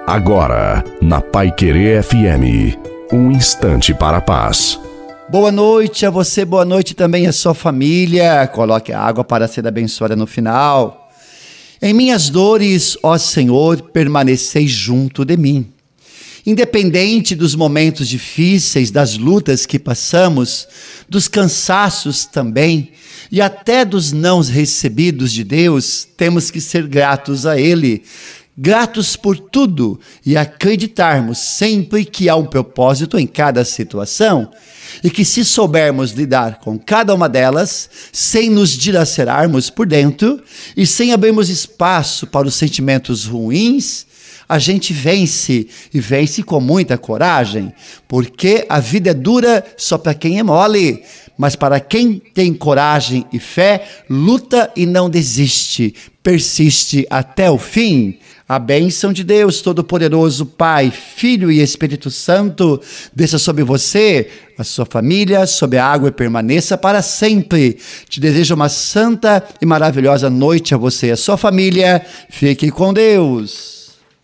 Agora, na Paiquerê FM, um instante para a paz. Boa noite a você, boa noite também à sua família. Coloque a água para ser abençoada no final. Em minhas dores, ó Senhor, permanecei junto de mim. Independente dos momentos difíceis, das lutas que passamos, dos cansaços também, e até dos nãos recebidos de Deus, temos que ser gratos a Ele. Gratos por tudo e acreditarmos sempre que há um propósito em cada situação e que se soubermos lidar com cada uma delas, sem nos dilacerarmos por dentro e sem abrirmos espaço para os sentimentos ruins, a gente vence e vence com muita coragem, porque a vida é dura só para quem é mole, mas para quem tem coragem e fé, luta e não desiste, persiste até o fim. A bênção de Deus Todo-Poderoso, Pai, Filho e Espírito Santo, desça sobre você, a sua família, sobre a água e permaneça para sempre. Te desejo uma santa e maravilhosa noite a você e a sua família. Fique com Deus.